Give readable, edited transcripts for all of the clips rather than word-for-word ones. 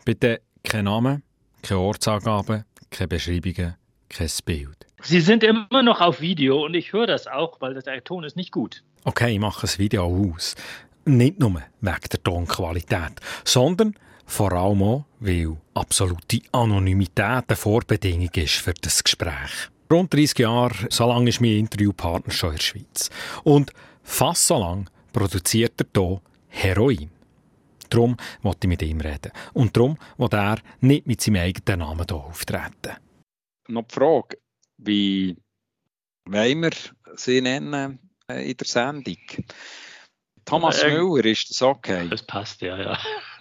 Bitte kein Name, keine Ortsangaben, keine Beschreibungen, kein Bild. Sie sind immer noch auf Video und ich höre das auch, weil der Ton ist nicht gut. Okay, ich mache ein Video aus. Nicht nur wegen der Tonqualität, sondern vor allem auch, weil absolute Anonymität eine Vorbedingung ist für das Gespräch. Rund 30 Jahre, so lange ist mein Interviewpartner schon in der Schweiz. Und fast so lange produziert er hier Heroin. Darum wollte ich mit ihm reden. Und darum will er nicht mit seinem eigenen Namen hier auftreten. Noch die Frage, wie wollen wir sie nennen in der Sendung? Thomas Müller, ist das okay? Das passt, ja.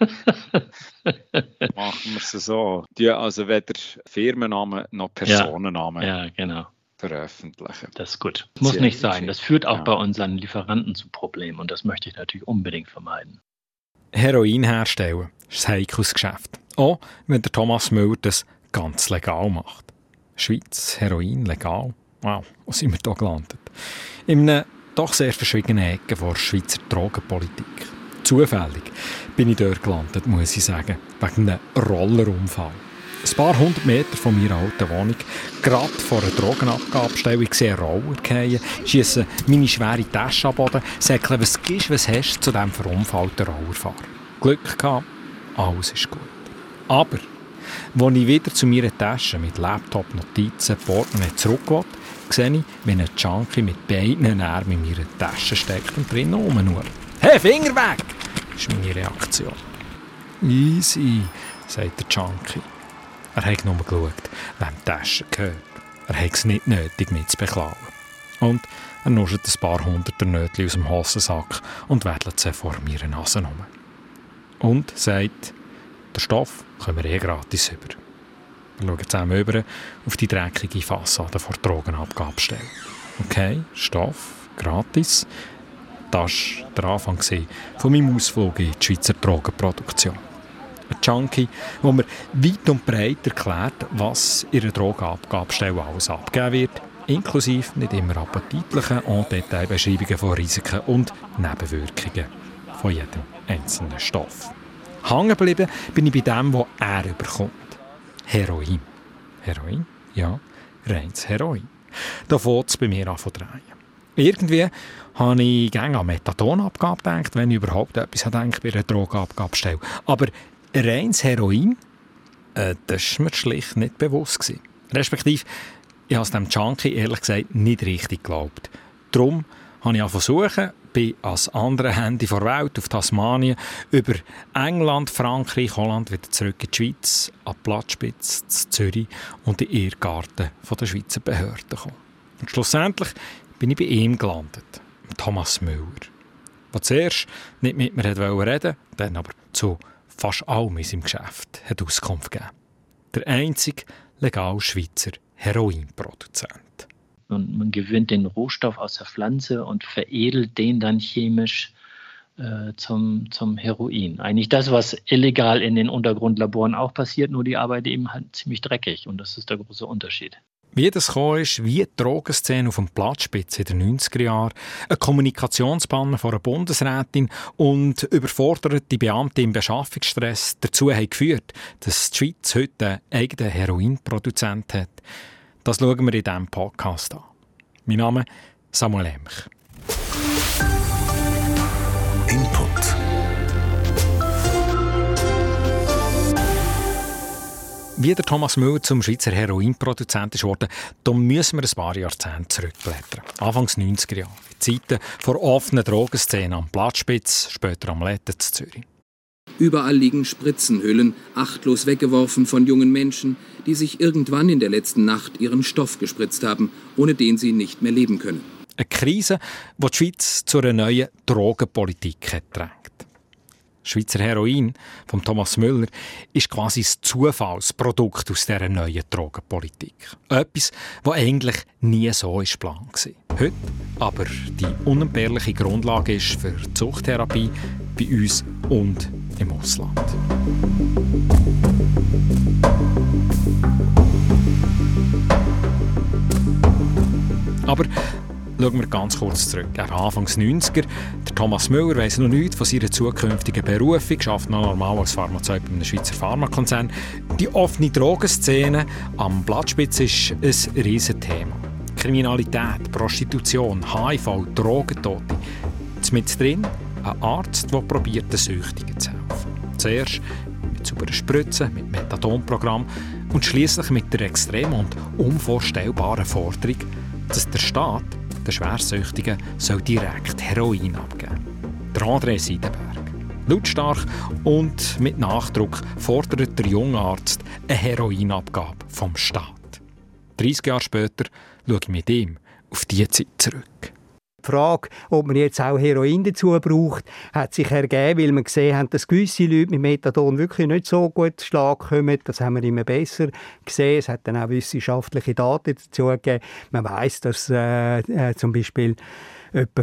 Machen wir es so. Also weder Firmennamen noch Personennamen ja, genau. veröffentlichen. Das ist gut. Muss nicht sein. Das führt auch bei unseren Lieferanten zu Problemen und das möchte ich natürlich unbedingt vermeiden. Heroin herstellen ist ein heikles Geschäft. Auch wenn der Thomas Müller das ganz legal macht. Schweiz, Heroin, legal. Wow, wo sind wir da gelandet? In einer doch sehr verschwiegenen Ecke der Schweizer Drogenpolitik. Zufällig bin ich dort gelandet, muss ich sagen, wegen einem Rollerunfall. Ein paar hundert Meter von meiner alten Wohnung, gerade vor einer Drogenabgabestelle, ich sehe einen Roller fallen, schiesse meine schwere Tasche am Boden, sage, was gibst, was hast du zu diesem verunfallten Rollerfahrer? Glück gehabt, alles ist gut. Aber, als ich wieder zu meiner Tasche mit Laptop, Notizen, Portemonnaie zurück will, sehe ich, wie ein Junkie mit beiden Armen in meiner Tasche steckt und drinnen rumnurrt. «Hey, Finger weg!» ist meine Reaktion. «Easy», sagt der Junkie. Er hat nur geschaut, wem die Tasche gehört. Er hat es nicht nötig, mich zu beklagen. Und er nuschelt ein paar hunderter Nötchen aus dem Hosensack und wedelt sie vor meiner Nase herum. Und sagt, den Stoff können wir gratis über. Wir schauen zusammen über auf die dreckige Fassade vor der Drogenabgabestelle. Okay, Stoff, gratis. Das war der Anfang von meinem Ausflug in die Schweizer Drogenproduktion. Ein Junkie, der mir weit und breit erklärt, was in einer Drogenabgabestelle alles abgegeben wird, inklusive nicht immer appetitlichen und Detailbeschreibungen von Risiken und Nebenwirkungen von jedem einzelnen Stoff. Hängen geblieben bin ich bei dem, was er überkommt. Heroin. Heroin? Ja, reines Heroin. Da fängt es bei mir an zu drehen. Irgendwie habe ich gerne an Methadonabgabe gedacht, wenn ich überhaupt etwas denke bei einer Drogenabgabestelle. Aber reines Heroin, das war mir schlicht nicht bewusst gewesen. Respektive, ich habe es dem Junkie ehrlich gesagt nicht richtig geglaubt. Darum habe ich versucht, bin als andere Handy der Welt auf Tasmanien über England, Frankreich, Holland wieder zurück in die Schweiz, an die Platzspitze, zu Zürich und in den Irrgarten der Schweizer Behörden gekommen. Und schlussendlich bin ich bei ihm gelandet, Thomas Müller, der zuerst nicht mit mir reden wollte, dann aber zu fast allem in seinem Geschäft hat Auskunft gegeben. Der einzige legale Schweizer Heroinproduzent. Und man gewinnt den Rohstoff aus der Pflanze und veredelt den dann chemisch zum Heroin. Eigentlich das, was illegal in den Untergrundlaboren auch passiert, nur die Arbeit eben halt ziemlich dreckig. Und das ist der große Unterschied. Wie das gekommen ist, wie die Drogenszene auf dem Platzspitze in den 90er Jahren, ein Kommunikationsbanner von einer Bundesrätin und überforderte Beamte im Beschaffungsstress dazu haben geführt, dass die Schweiz heute einen eigenen Heroinproduzent hat, das schauen wir in diesem Podcast an. Mein Name ist Samuel Emch. Input. Wie der Thomas Müller zum Schweizer Heroinproduzent ist worden, da müssen wir ein paar Jahrzehnte zurückblättern. Anfangs 90er Jahre, in Zeiten der offenen Drogenszene am Platzspitz, später am Letten zu Zürich. Überall liegen Spritzenhüllen, achtlos weggeworfen von jungen Menschen, die sich irgendwann in der letzten Nacht ihren Stoff gespritzt haben, ohne den sie nicht mehr leben können. Eine Krise, die die Schweiz zu einer neuen Drogenpolitik hat gedrängt. Schweizer Heroin von Thomas Müller ist quasi das Zufallsprodukt aus dieser neuen Drogenpolitik. Etwas, das eigentlich nie so geplant war. Heute aber die unentbehrliche Grundlage ist für die Suchttherapie bei uns und im Ausland. Aber Schauen wir ganz kurz zurück. Anfangs 90er. Der Thomas Müller weiss noch nichts von seiner zukünftigen Berufung, arbeitet noch normal als Pharmazeut bei einem Schweizer Pharmakonzern. Die offene Drogenszene am Blattspitz ist ein Riesenthema. Kriminalität, Prostitution, HIV, Drogentote. Mit drin ein Arzt, der probiert, den Süchtigen zu helfen. Zuerst mit sauberen Spritzen, mit Methadonprogramm und schliesslich mit der extremen und unvorstellbaren Forderung, dass der Staat den Schwersüchtigen direkt Heroin abgeben soll. Der André Seidenberg. Lautstark und mit Nachdruck fordert der junge Arzt eine Heroinabgabe vom Staat. 30 Jahre später schaue ich mit ihm auf diese Zeit zurück. Die Frage, ob man jetzt auch Heroin dazu braucht, hat sich ergeben, weil wir gesehen haben, dass gewisse Leute mit Methadon wirklich nicht so gut zu Schlag kommen. Das haben wir immer besser gesehen. Es hat dann auch wissenschaftliche Daten dazu gegeben. Man weiss, dass zum Beispiel etwa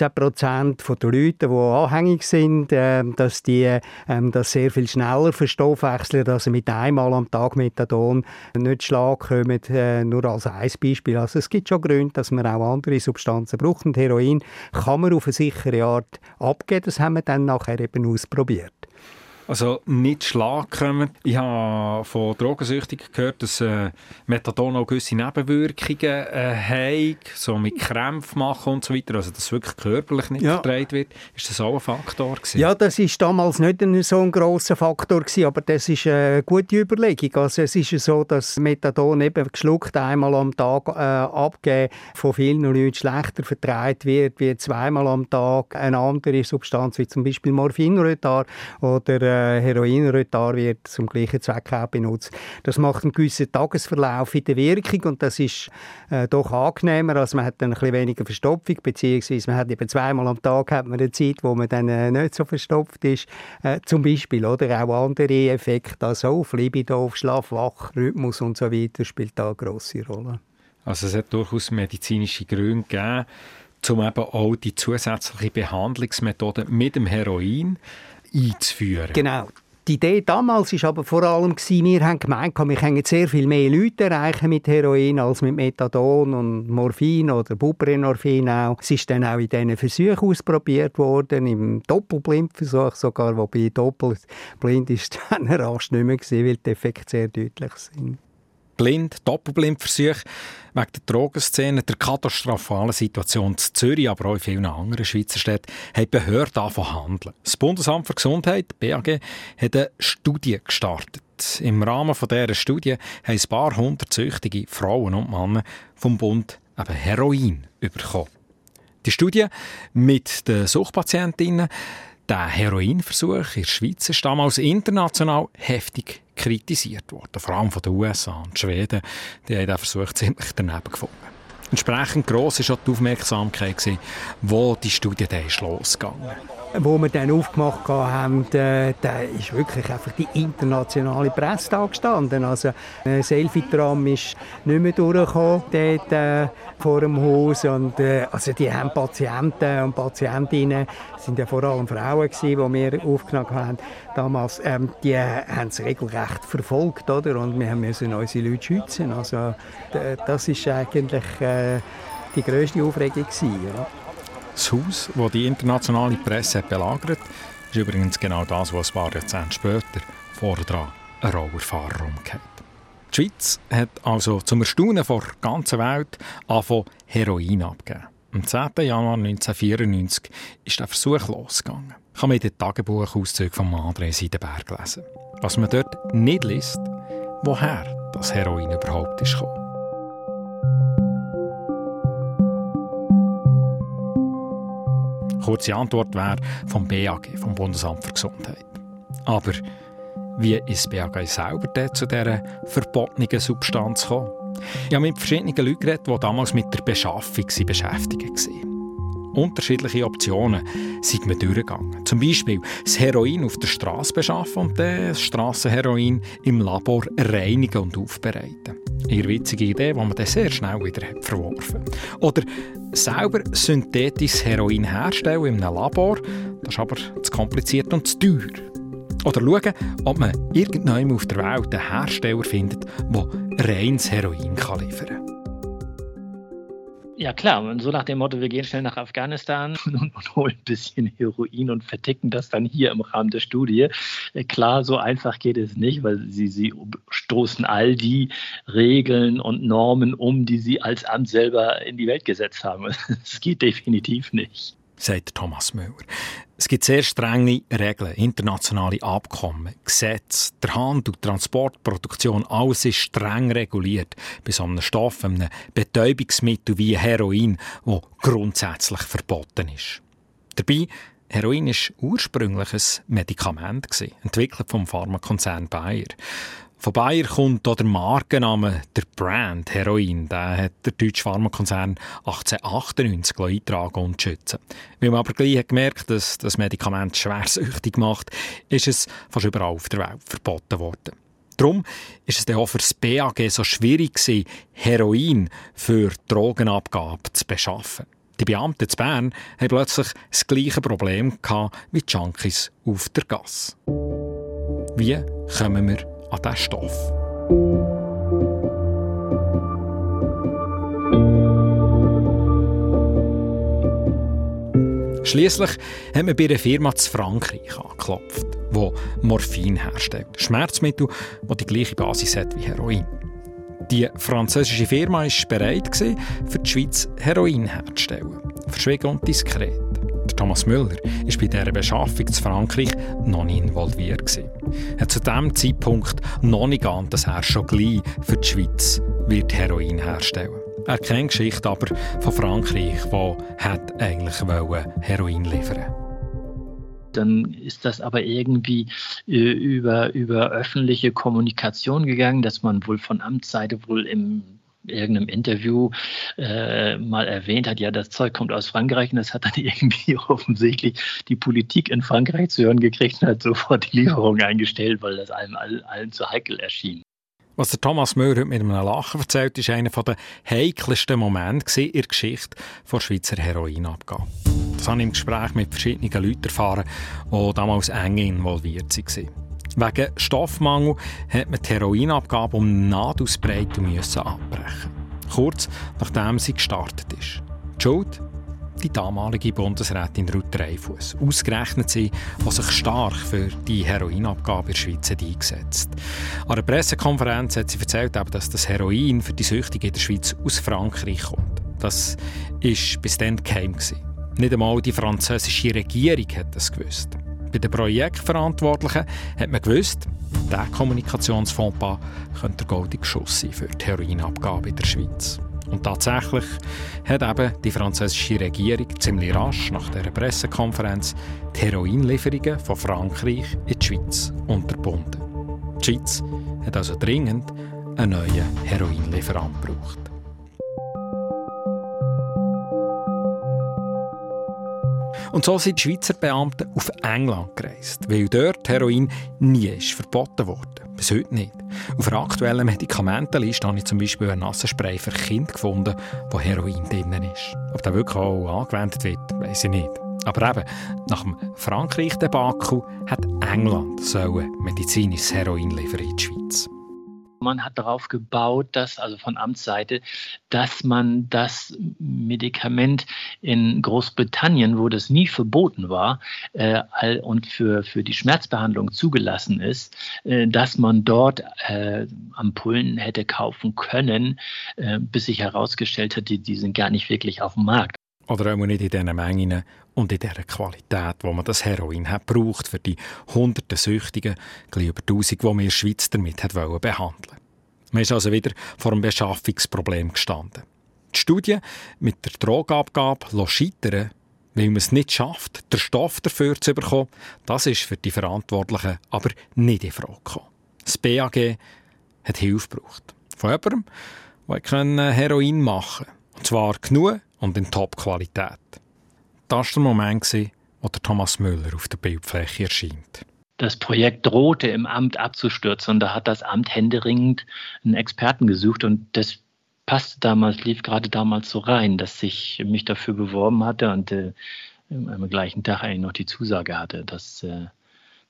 15% der Leute, die anhängig sind, dass die das sehr viel schneller verstoffwechseln, dass sie mit einmal am Tag Methadon nicht zu Schlag kommen. Nur als ein Beispiel. Also es gibt schon Gründe, dass man auch andere Substanzen braucht. Und Heroin kann man auf eine sichere Art abgeben. Das haben wir dann nachher eben ausprobiert. Also nicht Schlag kommen. Ich habe von Drogensüchtigen gehört, dass Methadon auch gewisse Nebenwirkungen haben, so mit Krämpfen machen und so weiter, also dass es wirklich körperlich nicht verträgt wird. Ist das auch ein Faktor gewesen? Ja, das war damals nicht so ein grosser Faktor gewesen, aber das ist eine gute Überlegung. Also es ist so, dass Methadon eben geschluckt einmal am Tag abgeben von vielen Leuten schlechter verträgt wird, wie zweimal am Tag eine andere Substanz, wie zum Beispiel Morphinretard oder Heroinretard wird zum gleichen Zweck auch benutzt. Das macht einen gewissen Tagesverlauf in der Wirkung und das ist doch angenehmer. Also man hat dann ein bisschen weniger Verstopfung, beziehungsweise man hat eben zweimal am Tag hat man eine Zeit, wo man dann nicht so verstopft ist. Zum Beispiel, oder auch andere Effekte, also auf Libido, auf Schlaf-Wach-Rhythmus und so weiter, spielt da eine grosse Rolle. Also es hat durchaus medizinische Gründe gegeben, um eben auch die zusätzliche Behandlungsmethode mit dem Heroin einzuführen. Genau. Die Idee damals war aber vor allem, wir haben gemeint, wir können sehr viel mehr Leute erreichen mit Heroin als mit Methadon und Morphin oder Buprenorphin auch. Es ist dann auch in diesen Versuchen ausprobiert worden, im Doppelblindversuch sogar, wobei doppelblind ist dann rasch nicht mehr gewesen, weil die Effekte sehr deutlich sind. Doppelblindversuch wegen der Drogenszene, der katastrophalen Situation in Zürich, aber auch in vielen anderen Schweizer Städten, haben Behörden angefangen zu handeln. Das Bundesamt für Gesundheit, BAG, hat eine Studie gestartet. Im Rahmen dieser Studie haben ein paar hundert süchtige Frauen und Männer vom Bund eben Heroin bekommen. Die Studie mit den Suchtpatientinnen, der Heroinversuch in der Schweiz ist damals international heftig kritisiert worden. Vor allem von den USA und Schweden. Die haben den Versuch ziemlich daneben gefunden. Entsprechend gross war auch die Aufmerksamkeit, wo die Studie dann losgegangen ist. Wo wir dann aufgemacht haben, da ist wirklich einfach die internationale Presse da gestanden. Also ein Selfie-Tram ist nicht mehr durchgekommen dort vor dem Haus. Und, also die haben Patienten und Patientinnen, das sind ja vor allem Frauen gewesen, die wir aufgenommen haben damals, die haben es regelrecht verfolgt, oder? Und wir müssen unsere Leute schützen. Also das ist eigentlich die grösste Aufregung gewesen, ja. Das Haus, das die internationale Presse hat belagert, ist übrigens genau das, was ein paar Jahrzehnte später vorne dran ein Rauerfahrer umgekehrt. Die Schweiz hat also zum Erstaunen der ganzen Welt angefangen, Heroin abzugeben. Am 10. Januar 1994 ist der Versuch losgegangen. Ich habe mir den Tagebuchauszüge von André Seidenberg lesen. Was man dort nicht liest, woher das Heroin überhaupt ist gekommen. Kurze Antwort wäre vom BAG, vom Bundesamt für Gesundheit. Aber wie ist das BAG selber zu dieser verbotenen Substanz gekommen? Ich habe mit verschiedenen Leuten geredet, die damals mit der Beschaffung beschäftigt waren. Unterschiedliche Optionen sind wir durchgegangen. Zum Beispiel das Heroin auf der Straße beschaffen und das Strassenheroin im Labor reinigen und aufbereiten. Eine witzige Idee, die man dann sehr schnell wieder verworfen hat. Oder selber synthetisches Heroin herstellen in einem Labor. Das ist aber zu kompliziert und zu teuer. Oder schauen, ob man irgendwann auf der Welt einen Hersteller findet, der reines Heroin liefern kann. Ja klar, und so nach dem Motto, wir gehen schnell nach Afghanistan und holen ein bisschen Heroin und verticken das dann hier im Rahmen der Studie. Klar, so einfach geht es nicht, weil sie stoßen all die Regeln und Normen um, die sie als Amt selber in die Welt gesetzt haben. Das geht definitiv nicht. Sagt Thomas Müller. Es gibt sehr strenge Regeln, internationale Abkommen, Gesetze, der Handel, Transport, Produktion, alles ist streng reguliert. Bei so einem Stoff, einem Betäubungsmittel wie Heroin, das grundsätzlich verboten ist. Dabei, Heroin war ursprünglich ein Medikament, entwickelt vom Pharmakonzern Bayer. Von Bayer kommt auch der Markenname, der Brand Heroin. Den hat der deutsche Pharmakonzern 1898 eintragen und schützen. Weil man aber gleich gemerkt, dass das Medikament schwersüchtig macht, ist es fast überall auf der Welt verboten worden. Darum ist es dann auch für das BAG so schwierig gewesen, Heroin für Drogenabgabe zu beschaffen. Die Beamten in Bern haben plötzlich das gleiche Problem gehabt wie die Junkies auf der Gasse. Wie kommen wir an diesen Stoff? Schliesslich hat man bei einer Firma in Frankreich angeklopft, die Morphin herstellt. Schmerzmittel, das die gleiche Basis hat wie Heroin. Die französische Firma war bereit, für die Schweiz Heroin herzustellen. Verschwiegen und diskret. Der Thomas Müller war bei dieser Beschaffung in Frankreich noch nicht involviert. Er hat zu diesem Zeitpunkt noch nicht geahnt, dass er schon gleich für die Schweiz wird Heroin herstellen. Er kennt die Geschichte aber von Frankreich, das eigentlich Heroin liefern wollte. Dann ist das aber irgendwie über öffentliche Kommunikation gegangen, dass man wohl von Amtsseite wohl in irgendeinem Interview mal erwähnt hat, ja, das Zeug kommt aus Frankreich, und das hat dann irgendwie offensichtlich die Politik in Frankreich zu hören gekriegt und hat sofort die Lieferung eingestellt, weil das allen zu heikel erschien. Was der Thomas Müller heute mit einem Lachen erzählt, ist einer der heikelsten Momente in der Geschichte der Schweizer Heroinabgabe. Das habe ich im Gespräch mit verschiedenen Leuten erfahren, die damals eng involviert waren. Wegen Stoffmangel hat man die Heroinabgabe um Nadelbreite abbrechen. Kurz nachdem sie gestartet ist. Die Schuld? Die damalige Bundesrätin Ruth Dreifuss. Ausgerechnet sie, die sich stark für die Heroinabgabe in der Schweiz eingesetzt hat. An einer Pressekonferenz hat sie erzählt, dass das Heroin für die Süchtigen in der Schweiz aus Frankreich kommt. Das war bis dann geheim. Nicht einmal die französische Regierung hat das gewusst. Bei den Projektverantwortlichen hat man gewusst, dieser Kommunikationsfondpas könnte der goldige Schuss sein für die Heroinabgabe in der Schweiz. Und tatsächlich hat eben die französische Regierung ziemlich rasch nach dieser Pressekonferenz die Heroinlieferungen von Frankreich in die Schweiz unterbunden. Die Schweiz hat also dringend einen neuen Heroinlieferant gebraucht. Und so sind die Schweizer Beamten auf England gereist, weil dort Heroin nie ist verboten wurde. Bis heute nicht. Auf einer aktuellen Medikamentenliste habe ich zum Beispiel ein Nasenspray für Kinder gefunden, wo Heroin drin ist. Ob der wirklich auch angewendet wird, weiss ich nicht. Aber eben, nach dem Frankreich-Debakel hat England medizinisches Heroin liefern in die Schweiz. Man hat darauf gebaut, also von Amtsseite, dass man das Medikament in Großbritannien, wo das nie verboten war und für die Schmerzbehandlung zugelassen ist, dass man dort Ampullen hätte kaufen können, bis sich herausgestellt hat, die sind gar nicht wirklich auf dem Markt. Oder auch nicht in diesen Mengen und in dieser Qualität, wo man das Heroin hat gebraucht für die hunderten Süchtigen, gleich über 1000, die man in der Schweiz damit hat behandeln. Man ist also wieder vor einem Beschaffungsproblem gestanden. Die Studie mit der Drogenabgabe scheitern, weil man es nicht schafft, den Stoff dafür zu bekommen, das ist für die Verantwortlichen aber nicht in Frage gekommen. Das BAG hat Hilfe gebraucht. Von jemandem, der Heroin machen konnte. Und zwar genug und in Top-Qualität. Das war der Moment, wo der Thomas Müller auf der Bildfläche erscheint. Das Projekt drohte im Amt abzustürzen und da hat das Amt händeringend einen Experten gesucht und das lief gerade damals so rein, dass ich mich dafür beworben hatte und am gleichen Tag eigentlich noch die Zusage hatte, dass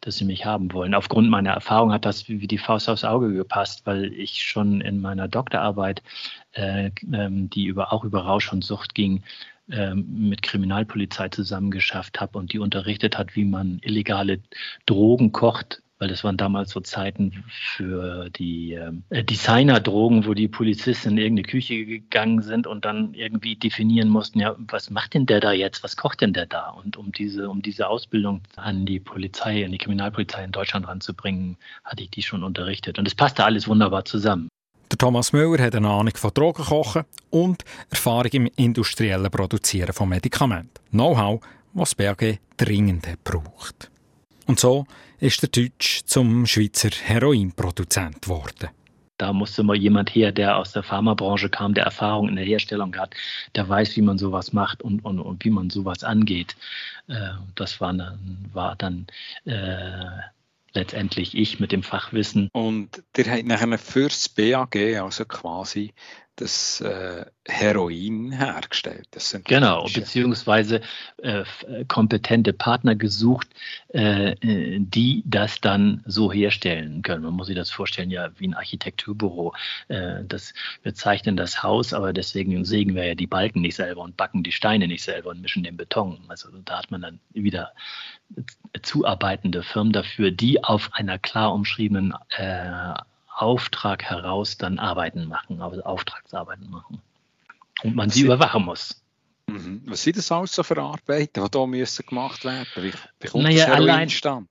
dass sie mich haben wollen. Aufgrund meiner Erfahrung hat das wie die Faust aufs Auge gepasst, weil ich schon in meiner Doktorarbeit, die auch über Rausch und Sucht ging, mit Kriminalpolizei zusammengeschafft habe und die unterrichtet hat, wie man illegale Drogen kocht, weil das waren damals so Zeiten für die Designerdrogen, wo die Polizisten in irgendeine Küche gegangen sind und dann irgendwie definieren mussten, ja, was macht denn der da jetzt, was kocht denn der da? Und um diese Ausbildung an die Polizei, an die Kriminalpolizei in Deutschland ranzubringen, hatte ich die schon unterrichtet. Und es passte alles wunderbar zusammen. Der Thomas Müller hat eine Ahnung von Drogenkochen und Erfahrung im industriellen Produzieren von Medikamenten. Know-how, was das BAG dringend braucht. Und so ist der Deutsch zum Schweizer Heroinproduzent geworden. Da musste mal jemand her, der aus der Pharmabranche kam, der Erfahrung in der Herstellung hat, der weiß, wie man sowas macht und wie man sowas angeht. Das war dann letztendlich ich mit dem Fachwissen. Und der hat nachher für das BAG also quasi das Heroin hergestellt. Das sind genau, beziehungsweise kompetente Partner gesucht, die das dann so herstellen können. Man muss sich das vorstellen, ja, wie ein Architekturbüro. Wir zeichnen das Haus, aber deswegen sägen wir ja die Balken nicht selber und backen die Steine nicht selber und mischen den Beton. Also da hat man dann wieder zuarbeitende Firmen dafür, die auf einer klar umschriebenen Auftrag heraus dann Auftragsarbeiten machen. Und man sie überwachen muss. Mhm. Was sind das alles so für Arbeiten, die hier gemacht werden müssen? Wie kommt das Heroin stand?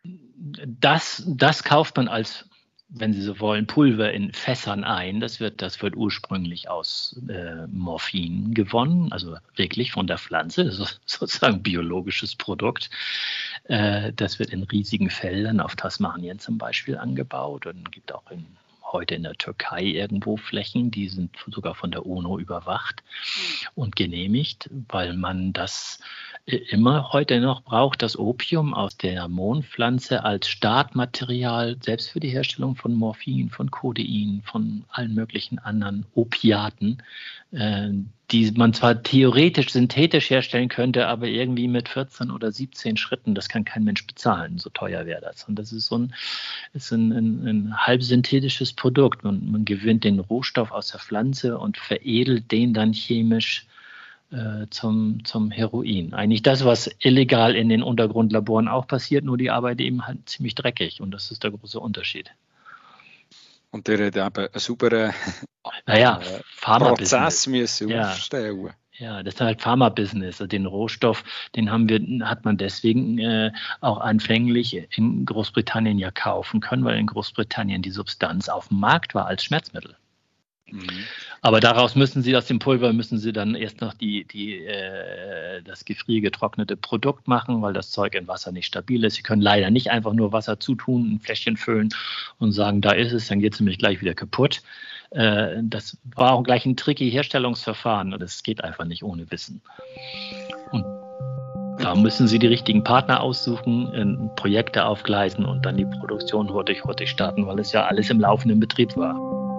Das kauft man als, wenn Sie so wollen, Pulver in Fässern ein. Das wird ursprünglich aus Morphin gewonnen, also wirklich von der Pflanze, das ist sozusagen ein biologisches Produkt. Das wird in riesigen Feldern auf Tasmanien zum Beispiel angebaut und gibt auch heute in der Türkei irgendwo Flächen, die sind sogar von der UNO überwacht und genehmigt, weil man das immer heute noch braucht, das Opium aus der Mohnpflanze als Startmaterial, selbst für die Herstellung von Morphin, von Codein, von allen möglichen anderen Opiaten, die man zwar theoretisch synthetisch herstellen könnte, aber irgendwie mit 14 oder 17 Schritten, das kann kein Mensch bezahlen, so teuer wäre das. Und das ist ein halbsynthetisches Produkt. Man gewinnt den Rohstoff aus der Pflanze und veredelt den dann chemisch zum Heroin. Eigentlich das, was illegal in den Untergrundlaboren auch passiert, nur die Arbeit eben halt ziemlich dreckig. Und das ist der große Unterschied. Und der hat eben einen sauberen Pharma-Business müssen aufstellen. Ja, das ist halt Pharma-Business. Den Rohstoff, hat man deswegen auch anfänglich in Großbritannien ja kaufen können, weil in Großbritannien die Substanz auf dem Markt war als Schmerzmittel. Mhm. Aber aus dem Pulver müssen Sie dann erst noch das gefriergetrocknete Produkt machen, weil das Zeug in Wasser nicht stabil ist. Sie können leider nicht einfach nur Wasser zutun, ein Fläschchen füllen und sagen, da ist es, dann geht es nämlich gleich wieder kaputt. Das war auch gleich ein tricky Herstellungsverfahren und das geht einfach nicht ohne Wissen. Und da müssen Sie die richtigen Partner aussuchen, Projekte aufgleisen und dann die Produktion hurtig starten, weil es ja alles im laufenden Betrieb war.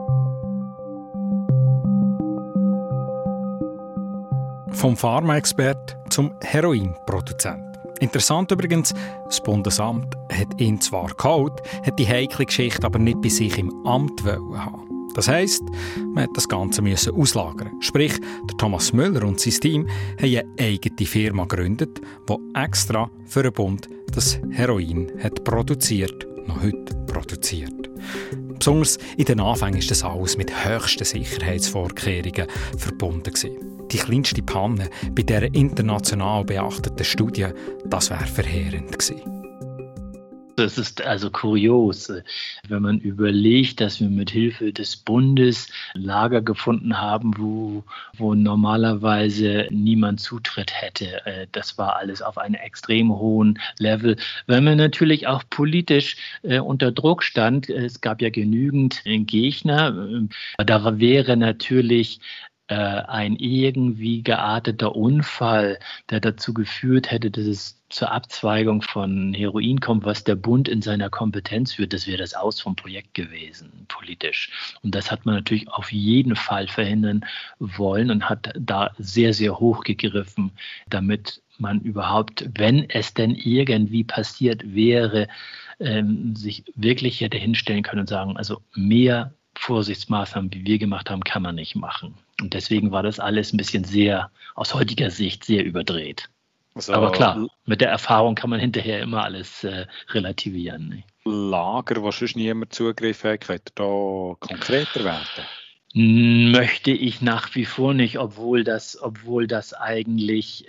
Vom Pharmaexpert zum Heroinproduzent. Interessant übrigens, das Bundesamt hat ihn zwar geholt, hat die heikle Geschichte aber nicht bei sich im Amt haben. Das heisst, man hat das Ganze auslagern. Sprich, der Thomas Müller und sein Team haben eine eigene Firma gegründet, die extra für den Bund das Heroin hat produziert, noch heute produziert. Besonders in den Anfängen war das alles mit höchsten Sicherheitsvorkehrungen verbunden gewesen. Die kleinste Panne bei dieser international beachteten Studie, das wäre verheerend gewesen. Es ist also kurios, wenn man überlegt, dass wir mit Hilfe des Bundes Lager gefunden haben, wo normalerweise niemand Zutritt hätte. Das war alles auf einem extrem hohen Level. Weil man natürlich auch politisch unter Druck stand. Es gab ja genügend Gegner. Da wäre natürlich ein irgendwie gearteter Unfall, der dazu geführt hätte, dass es zur Abzweigung von Heroin kommt, was der Bund in seiner Kompetenz führt, das wäre das Aus vom Projekt gewesen, politisch. Und das hat man natürlich auf jeden Fall verhindern wollen und hat da sehr, sehr hoch gegriffen, damit man überhaupt, wenn es denn irgendwie passiert wäre, sich wirklich hätte hinstellen können und sagen, also mehr Vorsichtsmaßnahmen, wie wir gemacht haben, kann man nicht machen. Und deswegen war das alles ein bisschen sehr, aus heutiger Sicht, sehr überdreht. So, aber klar, mit der Erfahrung kann man hinterher immer alles relativieren. Ne? Lager, wo sonst niemand Zugriff hat, könnt ihr da konkreter werden? Möchte ich nach wie vor nicht, obwohl das eigentlich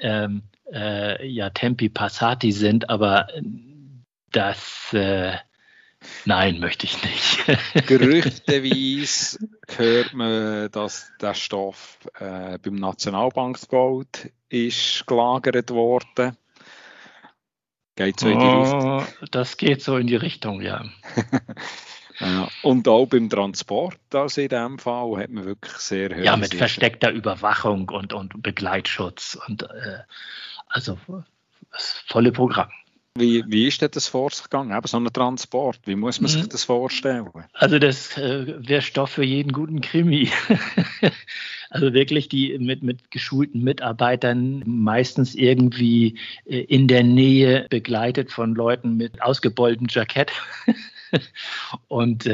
Tempi Passati sind, aber das nein, möchte ich nicht. Gerüchteweise hört man, dass der Stoff beim Nationalbankgold ist gelagert worden. Geht so in die Richtung? Das geht so in die Richtung, ja. Ja, und auch beim Transport, also in dem Fall, hat man wirklich sehr hohe Ja, mit versteckter Überwachung und Begleitschutz und also das volle Programm. Wie ist denn das vor sich gegangen? Eben so ein Transport, wie muss man sich das vorstellen? Also das wäre Stoff für jeden guten Krimi. Also wirklich die mit geschulten Mitarbeitern, meistens irgendwie in der Nähe begleitet von Leuten mit ausgebeultem Jackett. Und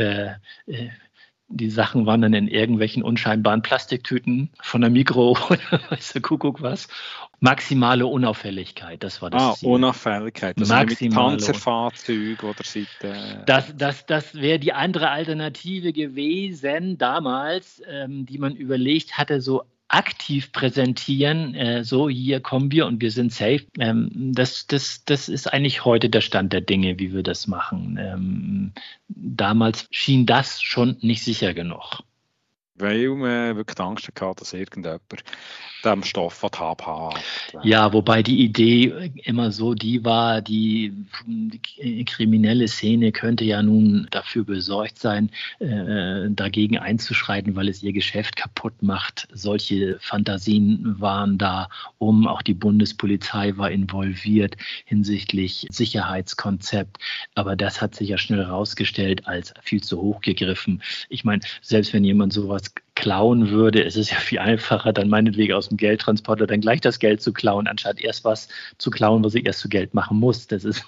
die Sachen waren dann in irgendwelchen unscheinbaren Plastiktüten von der Mikro oder weiß der Kuckuck was. Maximale Unauffälligkeit, das war das Ziel. Unauffälligkeit, das mit Panzerfahrzeugen oder Seite. Das wäre die andere Alternative gewesen damals, die man überlegt hatte, so aktiv präsentieren, so hier kommen wir und wir sind safe. Das ist eigentlich heute der Stand der Dinge, wie wir das machen. Damals schien das schon nicht sicher genug. Weil man wirklich Angst hatte, dass irgendjemand dem Stoff haben. Ja, wobei die Idee immer so die war, die kriminelle Szene könnte ja nun dafür besorgt sein, dagegen einzuschreiten, weil es ihr Geschäft kaputt macht. Solche Fantasien waren da auch die Bundespolizei war involviert hinsichtlich Sicherheitskonzept. Aber das hat sich ja schnell herausgestellt als viel zu hoch gegriffen. Ich meine, selbst wenn jemand sowas klauen würde, ist es ja viel einfacher, dann meinetwegen aus dem Geldtransporter dann gleich das Geld zu klauen, anstatt erst was zu klauen, was ich erst zu Geld machen muss. Das ist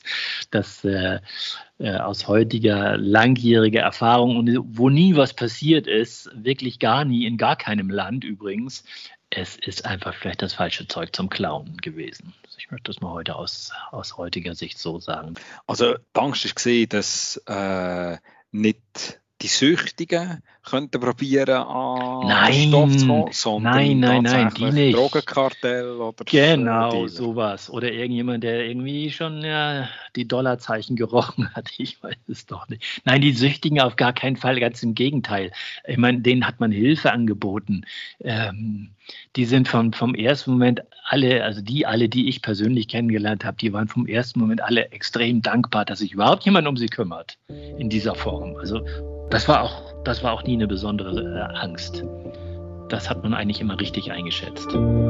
aus heutiger langjähriger Erfahrung und wo nie was passiert ist, wirklich gar nie, in gar keinem Land übrigens. Es ist einfach vielleicht das falsche Zeug zum Klauen gewesen. Ich möchte das mal heute aus heutiger Sicht so sagen. Also die Angst war, dass nicht die Süchtigen könnten probieren, an Stoff zu kommen, sondern nein, die nicht. Drogenkartell oder genau sowas. Oder irgendjemand, der irgendwie schon die Dollarzeichen gerochen hat. Ich weiß es doch nicht. Nein, die Süchtigen auf gar keinen Fall, ganz im Gegenteil. Ich meine, denen hat man Hilfe angeboten. Die sind vom ersten Moment die ich persönlich kennengelernt habe, die waren vom ersten Moment alle extrem dankbar, dass sich überhaupt jemand um sie kümmert in dieser Form. Also das war auch nie eine besondere Angst. Das hat man eigentlich immer richtig eingeschätzt.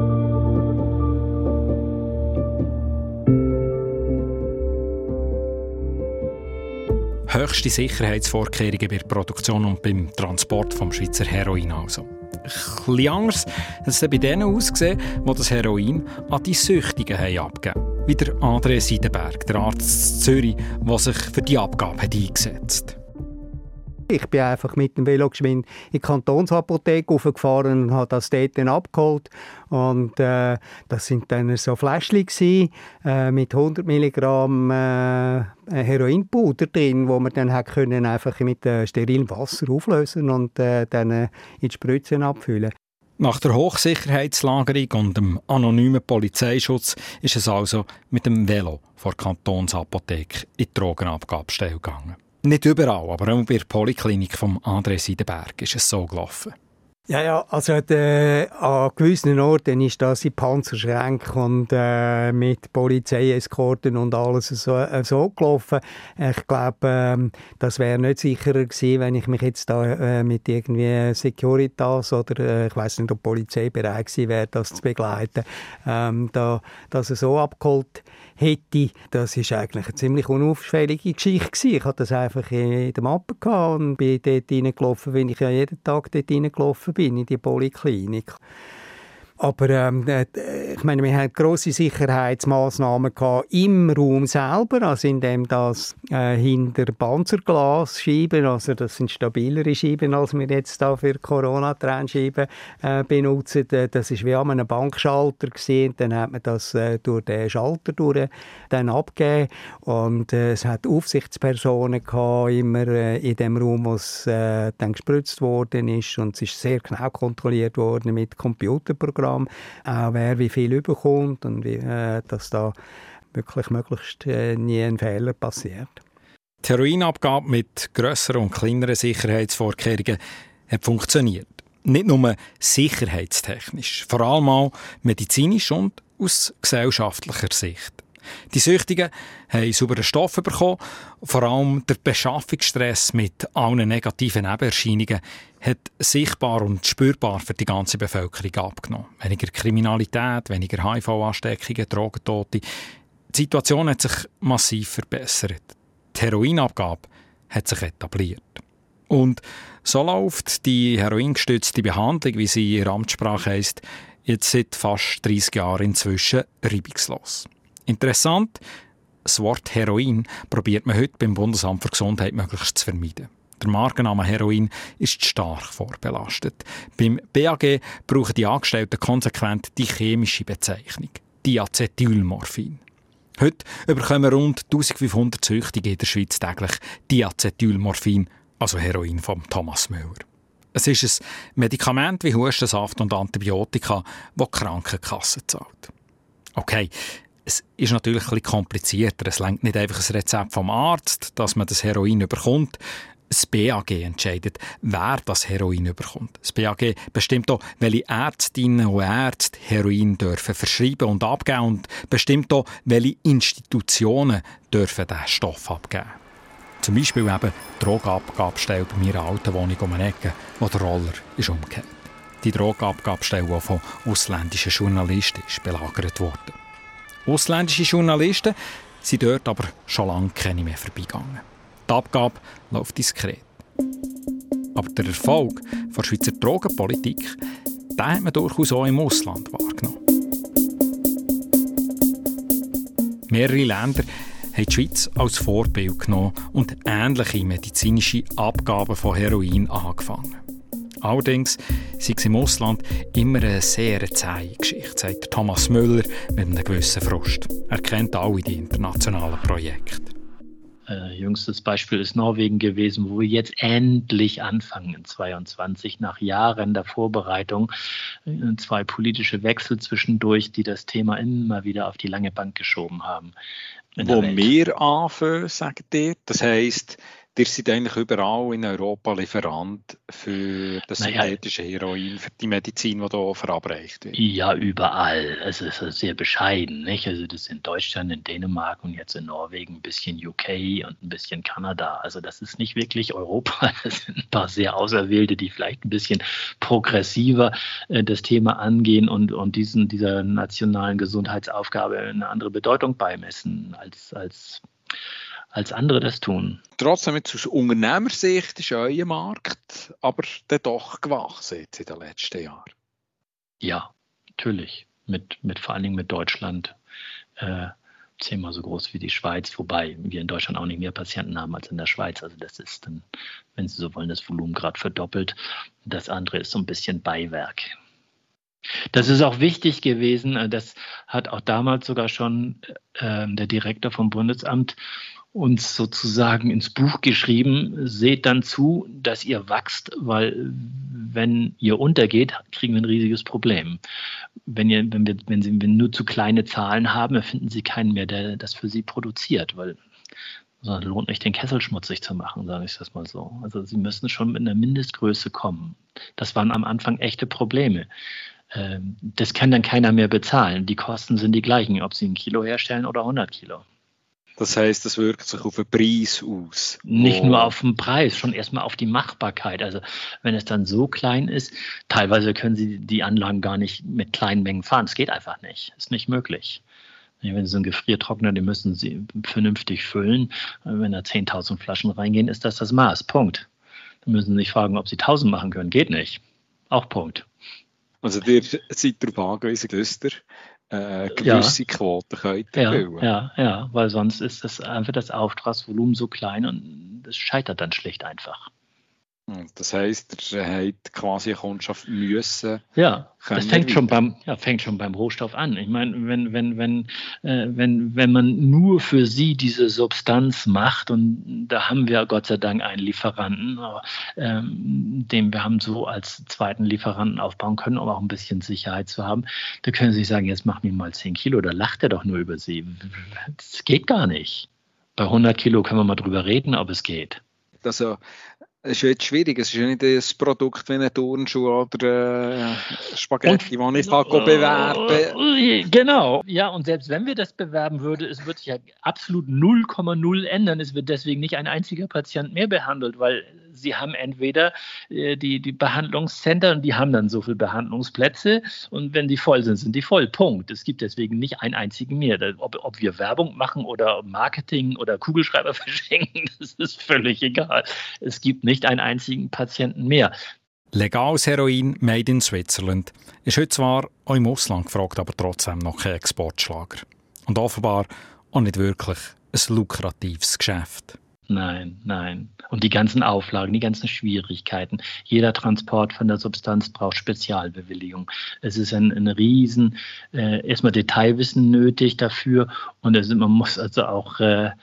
Höchste Sicherheitsvorkehrungen bei der Produktion und beim Transport vom Schweizer Heroin also. Ein bisschen anders hat es bei denen ausgesehen, die das Heroin an die Süchtigen abgegeben haben. Wie der André Seidenberg, der Arzt in Zürich, der sich für die Abgabe eingesetzt hat. Ich bin einfach mit dem Velo geschwind in die Kantonsapotheke raufgefahren und habe das dort dann abgeholt. Und das sind dann so Fläschchen mit 100 Milligramm Heroinpuder drin, wo man dann einfach mit sterilem Wasser auflösen und dann in die Spritzen abfüllen. Nach der Hochsicherheitslagerung und dem anonymen Polizeischutz ist es also mit dem Velo vor der Kantonsapotheke in die Drogenabgabestelle gegangen. Nicht überall, aber auch bei der Poliklinik von André Seidenberg ist es so gelaufen. Ja, also an gewissen Orten ist das in Panzerschränken und mit Polizeieskorten und alles so gelaufen. Ich glaube, das wäre nicht sicherer gewesen, wenn ich mich jetzt da mit irgendwie Securitas oder ich weiß nicht, ob die Polizei bereit gewesen wäre, das zu begleiten, dass er so abgeholt hätte. Das ist eigentlich eine ziemlich unauffällige Geschichte gewesen. Ich hatte das einfach in der Mappe gehabt und bin dort reingelaufen, wenn ich ja jeden Tag dort reingelaufen bin, in die Poliklinik. Aber ich meine, wir hatten grosse Sicherheitsmaßnahmen gehabt im Raum selber, also indem das hinter Panzerglasscheiben, also das sind stabilere Scheiben, als wir jetzt da für Corona-Trennscheiben benutzen. Das ist wie an einem Bankschalter gesehen. Dann hat man das durch den Schalter durch dann abgegeben und es hat Aufsichtspersonen gehabt, immer in dem Raum, wo es dann gespritzt worden ist, und es ist sehr genau kontrolliert worden mit Computerprogrammen. Auch wer wie viel überkommt und dass da wirklich möglichst nie ein Fehler passiert. Die Heroinabgabe mit grösseren und kleineren Sicherheitsvorkehrungen hat funktioniert. Nicht nur sicherheitstechnisch, vor allem auch medizinisch und aus gesellschaftlicher Sicht. Die Süchtigen haben sauberen Stoff bekommen. Vor allem der Beschaffungsstress mit allen negativen Nebenerscheinungen hat sichtbar und spürbar für die ganze Bevölkerung abgenommen. Weniger Kriminalität, weniger HIV-Ansteckungen, Drogentote. Die Situation hat sich massiv verbessert. Die Heroinabgabe hat sich etabliert. Und so läuft die heroingestützte Behandlung, wie sie in ihrer Amtssprache heisst, jetzt seit fast 30 Jahren inzwischen reibungslos. Interessant, das Wort Heroin probiert man heute beim Bundesamt für Gesundheit möglichst zu vermeiden. Der Markenname Heroin ist stark vorbelastet. Beim BAG brauchen die Angestellten konsequent die chemische Bezeichnung, Diacetylmorphin. Heute bekommen rund 1500 Süchtige in der Schweiz täglich Diacetylmorphin, also Heroin von Thomas Müller. Es ist ein Medikament wie Hustensaft und Antibiotika, das die Krankenkasse zahlt. Okay, es ist natürlich ein bisschen komplizierter. Es reicht nicht einfach ein Rezept vom Arzt, dass man das Heroin bekommt. Das BAG entscheidet, wer das Heroin bekommt. Das BAG bestimmt auch, welche Ärztinnen und Ärzte Heroin dürfen verschreiben und abgeben und bestimmt auch, welche Institutionen dürfen diesen Stoff abgeben. Zum Beispiel eben die Drogenabgabestelle bei meiner alten Wohnung um eine Ecke, wo der Roller ist umgekehrt. Die Drogenabgabestelle, die von ausländischen Journalisten ist belagert wurde. Ausländische Journalisten sind dort aber schon lange keine mehr vorbeigegangen. Die Abgabe läuft diskret. Aber der Erfolg der Schweizer Drogenpolitik, den hat man durchaus auch im Ausland wahrgenommen. Mehrere Länder haben die Schweiz als Vorbild genommen und ähnliche medizinische Abgaben von Heroin angefangen. Allerdings sei es im Ausland immer eine sehr zähe Geschichte, sagt Thomas Müller mit einem gewissen Frust. Er kennt alle die internationalen Projekte. Jüngstes Beispiel ist Norwegen gewesen, wo wir jetzt endlich anfangen in 2022, nach Jahren der Vorbereitung, 2 politische Wechsel zwischendurch, die das Thema immer wieder auf die lange Bank geschoben haben. Wo wir anfangen, sagt ihr, das heisst, ihr seid eigentlich überall in Europa Lieferant für das synthetische Heroin, für die Medizin, die hier verabreicht wird. Ja, überall. Es ist sehr bescheiden, nicht? Also das ist in Deutschland, in Dänemark und jetzt in Norwegen ein bisschen UK und ein bisschen Kanada. Also das ist nicht wirklich Europa. Das sind ein paar sehr Auserwählte, die vielleicht ein bisschen progressiver das Thema angehen und dieser nationalen Gesundheitsaufgabe eine andere Bedeutung beimessen als andere das tun. Trotzdem, jetzt aus Unternehmersicht ist euer Markt aber dann doch gewachsen jetzt in den letzten Jahren. Ja, natürlich. Vor allen Dingen mit Deutschland 10-mal so groß wie die Schweiz, wobei wir in Deutschland auch nicht mehr Patienten haben als in der Schweiz. Also das ist dann, wenn Sie so wollen, das Volumen gerade verdoppelt. Das andere ist so ein bisschen Beiwerk. Das ist auch wichtig gewesen. Das hat auch damals sogar schon der Direktor vom Bundesamt uns sozusagen ins Buch geschrieben, seht dann zu, dass ihr wächst, weil wenn ihr untergeht, kriegen wir ein riesiges Problem. Wenn wir nur zu kleine Zahlen haben, finden Sie keinen mehr, der das für Sie produziert, weil sondern lohnt nicht, den Kessel schmutzig zu machen, sage ich das mal so. Also sie müssen schon mit einer Mindestgröße kommen. Das waren am Anfang echte Probleme. Das kann dann keiner mehr bezahlen. Die Kosten sind die gleichen, ob sie 1 Kilo herstellen oder 100 Kilo. Das heisst, das wirkt sich auf den Preis aus? Nicht nur auf den Preis, schon erstmal auf die Machbarkeit. Also wenn es dann so klein ist, teilweise können Sie die Anlagen gar nicht mit kleinen Mengen fahren. Es geht einfach nicht. Ist nicht möglich. Wenn Sie so einen Gefriertrockner, den müssen Sie vernünftig füllen. Wenn da 10.000 Flaschen reingehen, ist das Maß. Punkt. Dann müssen Sie sich fragen, ob Sie 1.000 machen können. Geht nicht. Auch Punkt. Also ihr seid darauf angewiesen, dass ihr gewisse Quoten könnt erfüllen. Ja, weil sonst ist das einfach das Auftragsvolumen so klein und das scheitert dann schlicht einfach. Das heisst, ihr habt quasi eine Kundschaft müssen. Ja, das fängt schon beim Rohstoff an. Ich meine, wenn man nur für sie diese Substanz macht, und da haben wir Gott sei Dank einen Lieferanten, den wir haben so als zweiten Lieferanten aufbauen können, um auch ein bisschen Sicherheit zu haben, da können Sie sagen, jetzt mach mir mal 10 Kilo, da lacht er doch nur über Sie. Das geht gar nicht. Bei 100 Kilo können wir mal drüber reden, ob es geht. Also, es ist jetzt schwierig, es ist ja nicht ein Produkt wie ein Turnschuh oder Spaghetti, das ich bewerben. Genau, ja, und selbst wenn wir das bewerben würden, es wird sich ja absolut 0,0 ändern. Es wird deswegen nicht ein einziger Patient mehr behandelt, weil sie haben entweder die Behandlungszentren, die haben dann so viele Behandlungsplätze, und wenn die voll sind, sind die voll, Punkt. Es gibt deswegen nicht einen einzigen mehr. Ob wir Werbung machen oder Marketing oder Kugelschreiber verschenken, das ist völlig egal. Es gibt nicht einen einzigen Patienten mehr. Legales Heroin made in Switzerland ist heute zwar auch im Ausland gefragt, aber trotzdem noch kein Exportschlager. Und offenbar auch nicht wirklich ein lukratives Geschäft. Nein. Und die ganzen Auflagen, die ganzen Schwierigkeiten. Jeder Transport von der Substanz braucht Spezialbewilligung. Es ist ein riesen, erstmal Detailwissen nötig dafür, und man muss also auch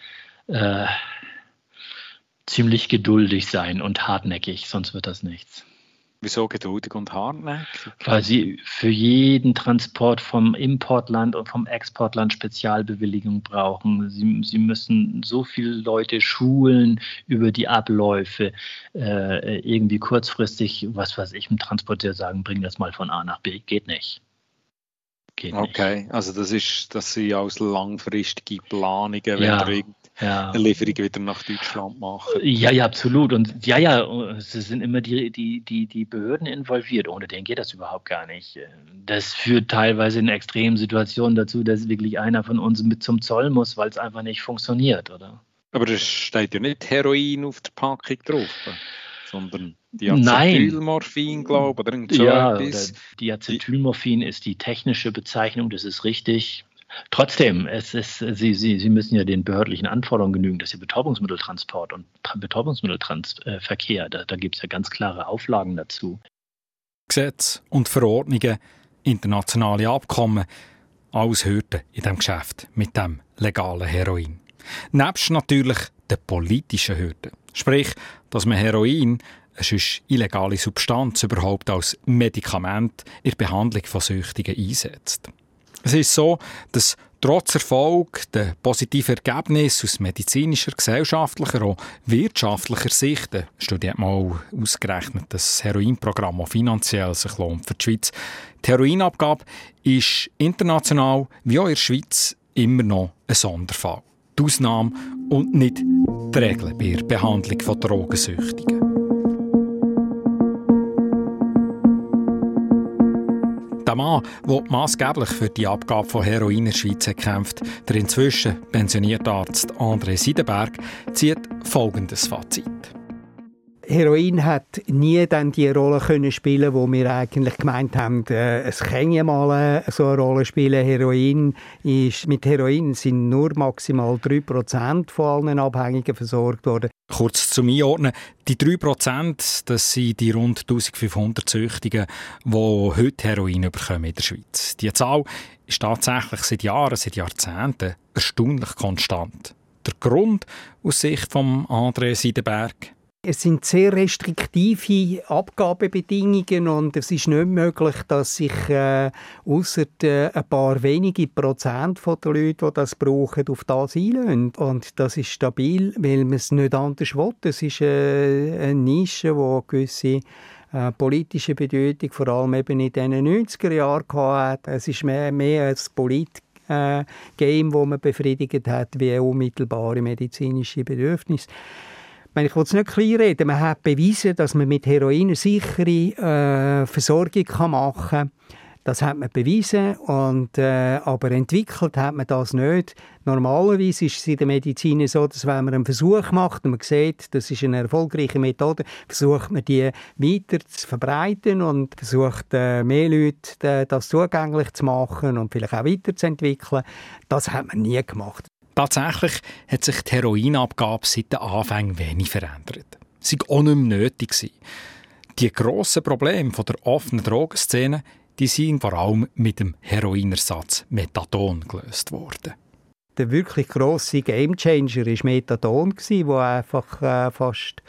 ziemlich geduldig sein und hartnäckig, sonst wird das nichts. Wieso geduldig und hartnäckig? Weil sie für jeden Transport vom Importland und vom Exportland Spezialbewilligung brauchen. Sie müssen so viele Leute schulen über die Abläufe, irgendwie kurzfristig, was weiß ich, dem Transporteur sagen, bring das mal von A nach B. Geht nicht. Okay, also das sind als langfristige Planungen, wenn eine Lieferung wieder nach Deutschland machen. Ja, absolut. Und es sind immer die Behörden involviert. Ohne den geht das überhaupt gar nicht. Das führt teilweise in extremen Situationen dazu, dass wirklich einer von uns mit zum Zoll muss, weil es einfach nicht funktioniert, oder? Aber es steht ja nicht Heroin auf der Packung drauf, sondern Diacetylmorphin, glaube ich, oder so etwas. Diacetylmorphin ist die technische Bezeichnung, das ist richtig. Trotzdem, Sie müssen ja den behördlichen Anforderungen genügen, dass Ihr Betäubungsmitteltransport und Betäubungsmittelverkehr, da gibt es ja ganz klare Auflagen dazu. Gesetze und Verordnungen, internationale Abkommen, alles Hürden in diesem Geschäft mit dem legalen Heroin. Nebst natürlich den politischen Hürden. Sprich, dass man Heroin, eine sonst illegale Substanz, überhaupt als Medikament in der Behandlung von Süchtigen einsetzt. Es ist so, dass trotz Erfolg der positiven Ergebnisse aus medizinischer, gesellschaftlicher und wirtschaftlicher Sicht, eine Studie hat mal ausgerechnet, das Heroinprogramm, das finanziell sich lohnt für die Schweiz. Die Heroinabgabe ist international wie auch in der Schweiz immer noch ein Sonderfall. Die Ausnahme und nicht die Regel bei der Behandlung von Drogensüchtigen. Der Mann, der massgeblich für die Abgabe von Heroin in der Schweiz kämpft, der inzwischen pensionierte Arzt André Seidenberg, zieht folgendes Fazit. Heroin hat nie dann die Rolle können spielen, wo wir eigentlich gemeint haben, es kann ja mal so eine Rolle spielen. Mit Heroin sind nur maximal 3% von allen Abhängigen versorgt worden. Kurz zum Einordnen, die 3%, das sind die rund 1500 Süchtigen, die heute Heroin bekommen in der Schweiz. Die Zahl ist tatsächlich seit Jahrzehnten erstaunlich konstant. Der Grund aus Sicht von André Seidenberg? Es sind sehr restriktive Abgabebedingungen und es ist nicht möglich, dass sich ausser ein paar wenige Prozent der Leute, die das brauchen, auf das einlösen. Und das ist stabil, weil man es nicht anders will. Es ist eine Nische, die eine gewisse politische Bedeutung vor allem eben in den 90er Jahren hatte. Es ist mehr ein Polit-Game, das man befriedigt hat, wie unmittelbare medizinische Bedürfnisse. Ich will es nicht kleinreden. Man hat bewiesen, dass man mit Heroin eine sichere Versorgung machen kann. Das hat man bewiesen, aber entwickelt hat man das nicht. Normalerweise ist es in der Medizin so, dass wenn man einen Versuch macht und man sieht, das ist eine erfolgreiche Methode, versucht man die weiter zu verbreiten und versucht mehr Leute das zugänglich zu machen und vielleicht auch weiterzuentwickeln. Das hat man nie gemacht. Tatsächlich hat sich die Heroinabgabe seit den Anfängen wenig verändert. Sie war auch nicht mehr nötig. Die grossen Probleme der offenen Drogenszene, die sind vor allem mit dem Heroinersatz Methadon gelöst worden. Der wirklich grosse Gamechanger war Methadon, wo einfach fast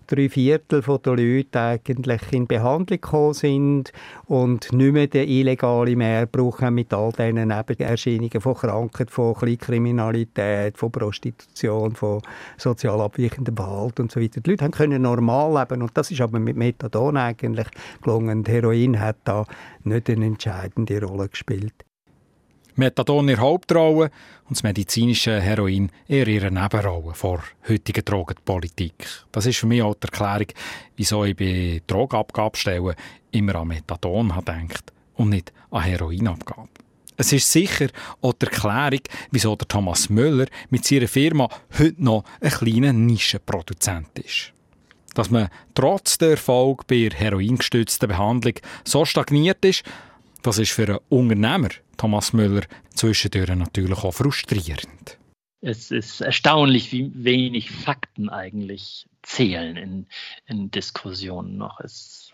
3/4 der Leute eigentlich in Behandlung gekommen sind und nicht mehr den illegalen Mehrbrauch haben mit all diesen Nebenerscheinungen von Krankheit, von Kleinkriminalität, von Prostitution, von sozial abweichendem Verhalten und so weiter. Die Leute können normal leben und das ist aber mit Methadon eigentlich gelungen. Heroin hat da nicht eine entscheidende Rolle gespielt. Methadon in der Hauptrolle und das medizinische Heroin eher ihre Nebenrolle vor heutiger Drogenpolitik. Das ist für mich auch die Erklärung, wieso ich bei Drogenabgabestellen immer an Methadon gedacht und nicht an Heroinabgabe. Es ist sicher auch die Erklärung, wieso der Thomas Müller mit seiner Firma heute noch ein kleiner Nischenproduzent ist. Dass man trotz der Erfolg bei der heroingestützten Behandlung so stagniert ist, das ist für einen Unternehmer, Thomas Müller, zwischendurch natürlich auch frustrierend. Es ist erstaunlich, wie wenig Fakten eigentlich zählen in Diskussionen noch. Es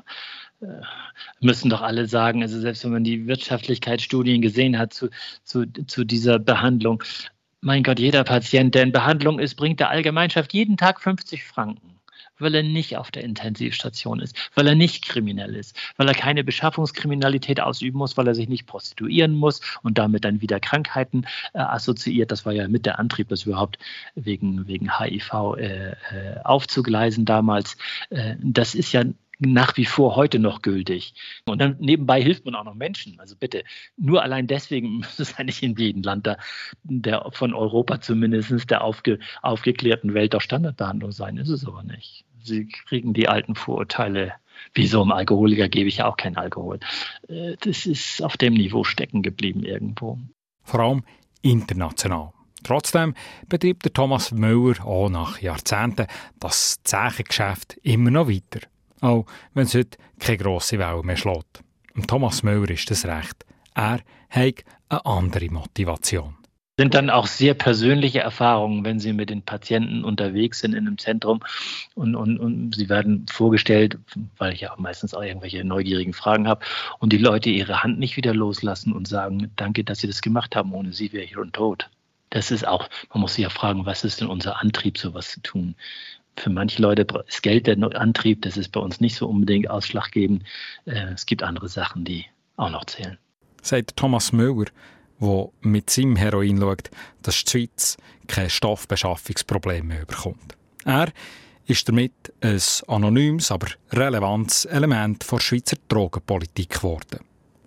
müssen doch alle sagen, also selbst wenn man die Wirtschaftlichkeitsstudien gesehen hat zu dieser Behandlung, mein Gott, jeder Patient, der in Behandlung ist, bringt der Allgemeinschaft jeden Tag 50 Franken. Weil er nicht auf der Intensivstation ist, weil er nicht kriminell ist, weil er keine Beschaffungskriminalität ausüben muss, weil er sich nicht prostituieren muss und damit dann wieder Krankheiten assoziiert. Das war ja mit der Antrieb, das überhaupt wegen HIV aufzugleisen damals. Das ist ja nach wie vor heute noch gültig. Und dann nebenbei hilft man auch noch Menschen. Also bitte, nur allein deswegen muss es eigentlich in jedem Land der von Europa zumindest der aufgeklärten Welt auch Standardbehandlung sein. Ist es aber nicht. Sie kriegen die alten Vorurteile, wie so einem Alkoholiker gebe ich ja auch keinen Alkohol. Das ist auf dem Niveau stecken geblieben irgendwo. Vor allem international. Trotzdem betreibt der Thomas Müller auch nach Jahrzehnten das Zeichengeschäft immer noch weiter. Auch wenn es heute keine grosse Welle mehr schlägt. Und Thomas Müller ist das recht. Er hat eine andere Motivation. Sind dann auch sehr persönliche Erfahrungen, wenn Sie mit den Patienten unterwegs sind in einem Zentrum und Sie werden vorgestellt, weil ich ja auch meistens auch irgendwelche neugierigen Fragen habe und die Leute ihre Hand nicht wieder loslassen und sagen, danke, dass Sie das gemacht haben, ohne Sie wäre ich schon tot. Das ist auch, man muss sich ja fragen, was ist denn unser Antrieb, sowas zu tun? Für manche Leute ist Geld der Antrieb, das ist bei uns nicht so unbedingt ausschlaggebend. Es gibt andere Sachen, die auch noch zählen. Sagt Thomas Müller, der mit seinem Heroin schaut, dass die Schweiz kein Stoffbeschaffungsproblem mehr bekommt. Er ist damit ein anonymes, aber relevantes Element der Schweizer Drogenpolitik geworden.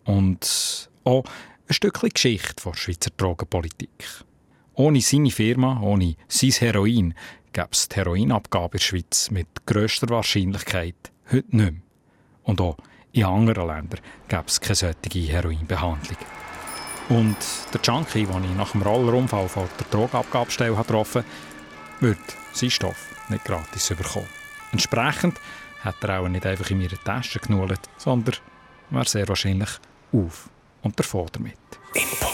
Und auch ein Stückchen Geschichte der Schweizer Drogenpolitik. Ohne seine Firma, ohne sein Heroin, gäbe es die Heroinabgabe in der Schweiz mit grösster Wahrscheinlichkeit heute nicht mehr. Und auch in anderen Ländern gäbe es keine solche Heroinbehandlung. Und der Junkie, den ich nach dem Rollerunfall von der Drogenabgabestelle getroffen habe, würde seinen Stoff nicht gratis bekommen. Entsprechend hat er auch nicht einfach in meine Tasche genullt, sondern wäre sehr wahrscheinlich auf und davon damit. Input.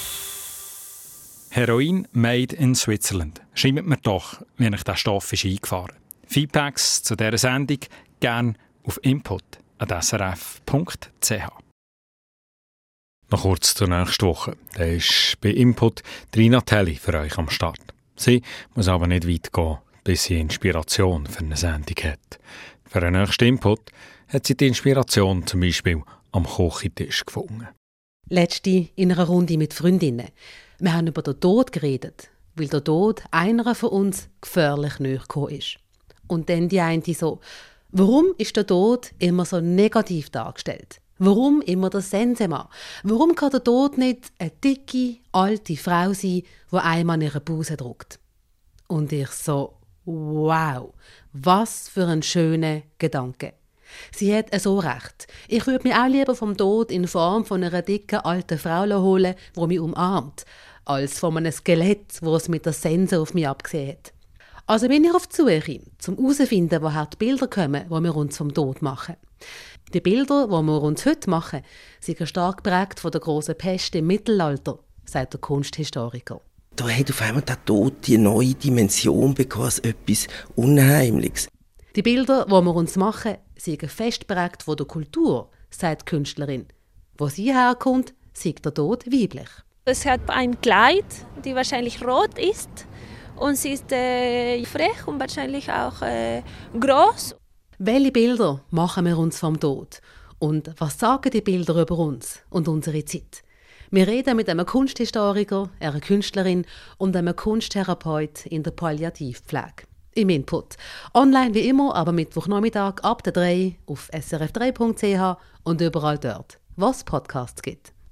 Heroin made in Switzerland. Schreibt mir doch, wie ich diesen Stoff ist eingefahren. Feedbacks zu dieser Sendung gerne auf input@srf.ch. Noch kurz zur nächsten Woche. Da ist bei Input Rina Telli für euch am Start. Sie muss aber nicht weit gehen bis sie Inspiration für eine Sendung hat. Für den nächsten Input hat sie die Inspiration zum Beispiel am Küchentisch gefunden. Letzte in einer Runde mit Freundinnen. Wir haben über den Tod geredet, weil der Tod einer von uns gefährlich nahe gekommen ist. Und dann die eine so: Warum ist der Tod immer so negativ dargestellt? Warum immer der Sensemann? Warum kann der Tod nicht eine dicke, alte Frau sein, die einmal in ihre Busen drückt? Und ich so: Wow, was für ein schöner Gedanke. Sie hat so recht. Ich würde mich auch lieber vom Tod in Form von einer dicken, alten Frau holen, die mich umarmt, als von einem Skelett, das es mit der Sense auf mich abgesehen hat. Also bin ich auf die Suche, um herauszufinden, woher die Bilder kommen, die wir uns vom Tod machen. Die Bilder, die wir uns heute machen, sind stark geprägt von der grossen Pest im Mittelalter, sagt der Kunsthistoriker. Da hat auf einmal der Tod die neue Dimension bekommen, als etwas Unheimliches. Die Bilder, die wir uns machen, sind fest geprägt von der Kultur, sagt die Künstlerin. Wo sie herkommt, sieht der Tod weiblich. Es hat ein Kleid, das wahrscheinlich rot ist. Und sie ist frech und wahrscheinlich auch groß. Welche Bilder machen wir uns vom Tod? Und was sagen die Bilder über uns und unsere Zeit? Wir reden mit einem Kunsthistoriker, einer Künstlerin und einem Kunsttherapeut in der Palliativpflege. Im Input. Online wie immer, aber Mittwochnachmittag ab der 3 auf srf3.ch und überall dort, was Podcasts gibt.